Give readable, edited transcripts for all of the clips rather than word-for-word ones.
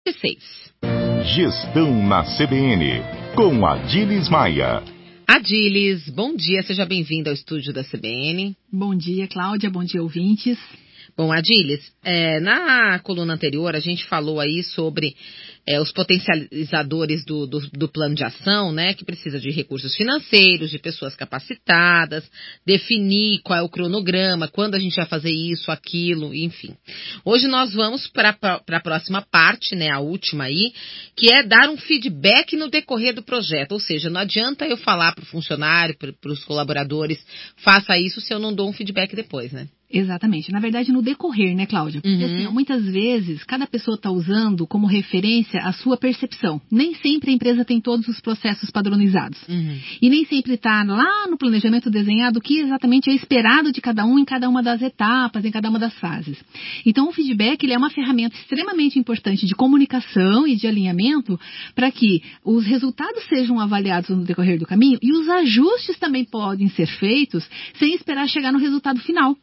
6. Gestão na CBN, com Adilis Maia. Adilis, bom dia, seja bem-vinda ao estúdio da CBN. Bom dia, Cláudia, bom dia, ouvintes. Bom, Adilis, na coluna anterior a gente falou aí sobre os potencializadores do plano de ação, né, que precisa de recursos financeiros, de pessoas capacitadas, definir qual é o cronograma, quando a gente vai fazer isso, aquilo, enfim. Hoje nós vamos para a próxima parte, né, a última aí, que é dar um feedback no decorrer do projeto, ou seja, não adianta eu falar para o funcionário, para os colaboradores, faça isso se eu não dou um feedback depois, né? Exatamente. Na verdade, no decorrer, né, Cláudia? Porque, assim, muitas vezes, cada pessoa está usando como referência a sua percepção. Nem sempre a empresa tem todos os processos padronizados. E nem sempre está lá no planejamento desenhado o que exatamente é esperado de cada um em cada uma das etapas, em cada uma das fases. Então, o feedback ele é uma ferramenta extremamente importante de comunicação e de alinhamento para que os resultados sejam avaliados no decorrer do caminho e os ajustes também podem ser feitos sem esperar chegar no resultado final.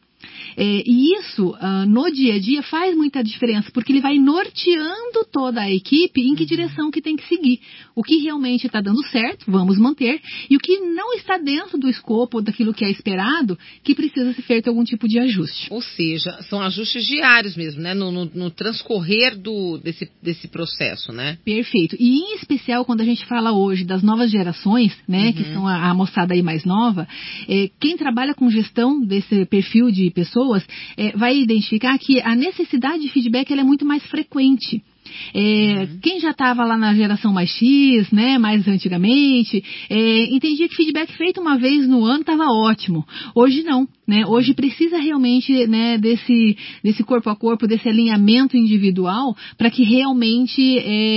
E isso, no dia a dia, faz muita diferença, porque ele vai norteando toda a equipe em que direção que tem que seguir. O que realmente está dando certo, vamos manter, e o que não está dentro do escopo daquilo que é esperado, que precisa ser feito algum tipo de ajuste. Ou seja, são ajustes diários mesmo, né? No transcorrer desse processo, né? Perfeito. E em especial quando a gente fala hoje das novas gerações, né, que são a moçada aí mais nova, quem trabalha com gestão desse perfil de pessoas vai identificar que a necessidade de feedback ela é muito mais frequente. Quem já estava lá na geração mais X, né, mais antigamente, entendia que feedback feito uma vez no ano estava ótimo. Hoje não, né? Hoje precisa realmente, né, desse corpo a corpo, desse alinhamento individual para que realmente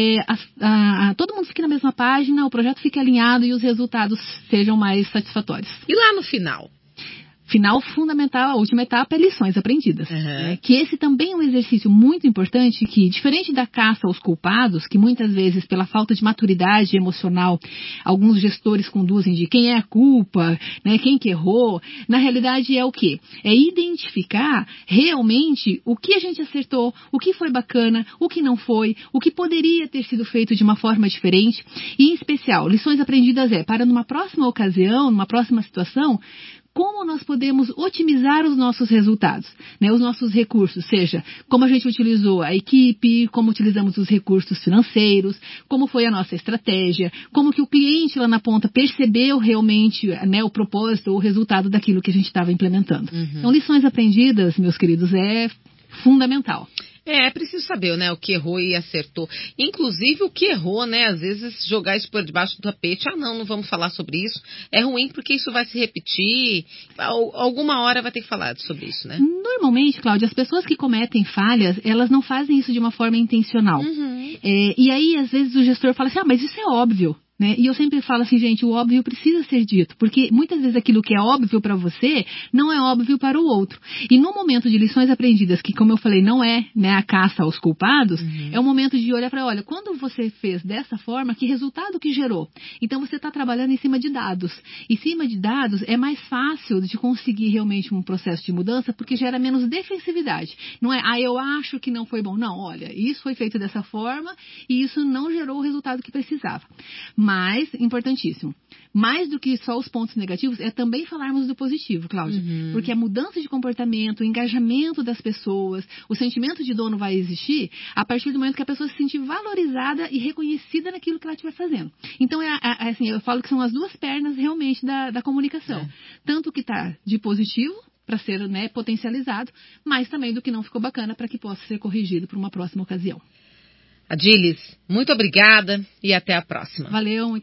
todo mundo fique na mesma página, o projeto fique alinhado e os resultados sejam mais satisfatórios. E lá no final? Final fundamental, a última etapa é lições aprendidas. Né? Que esse também é um exercício muito importante que, diferente da caça aos culpados, que muitas vezes, pela falta de maturidade emocional, alguns gestores conduzem de quem é a culpa, né, quem que errou, na realidade é o quê? É identificar realmente o que a gente acertou, o que foi bacana, o que não foi, o que poderia ter sido feito de uma forma diferente. E, em especial, lições aprendidas para numa próxima ocasião, numa próxima situação, como nós podemos otimizar os nossos resultados, né, os nossos recursos, seja como a gente utilizou a equipe, como utilizamos os recursos financeiros, como foi a nossa estratégia, como que o cliente lá na ponta percebeu realmente, né, o propósito ou o resultado daquilo que a gente estava implementando. Então, lições aprendidas, meus queridos, é fundamental. É preciso saber, né, o que errou e acertou. Inclusive o que errou, né, às vezes jogar isso por debaixo do tapete. Não vamos falar sobre isso. É ruim porque isso vai se repetir. Alguma hora vai ter que falar sobre isso, né? Normalmente, Cláudia, as pessoas que cometem falhas, elas não fazem isso de uma forma intencional. E aí, às vezes, o gestor fala assim, mas isso é óbvio. Né? E eu sempre falo assim, gente, o óbvio precisa ser dito, porque muitas vezes aquilo que é óbvio para você não é óbvio para o outro. E no momento de lições aprendidas, que como eu falei, não é, né, a caça aos culpados, é o momento de olhar para, olha, quando você fez dessa forma, que resultado que gerou? Então você está trabalhando em cima de dados. Em cima de dados é mais fácil de conseguir realmente um processo de mudança, porque gera menos defensividade. Não é, eu acho que não foi bom. Não, olha, isso foi feito dessa forma e isso não gerou o resultado que precisava. Mas, importantíssimo, mais do que só os pontos negativos, é também falarmos do positivo, Cláudia. Porque a mudança de comportamento, o engajamento das pessoas, o sentimento de dono vai existir a partir do momento que a pessoa se sentir valorizada e reconhecida naquilo que ela estiver fazendo. Então, assim, eu falo que são as duas pernas realmente da comunicação. Tanto o que está de positivo, para ser, né, potencializado, mas também do que não ficou bacana para que possa ser corrigido para uma próxima ocasião. Adilis, muito obrigada e até a próxima. Valeu, muito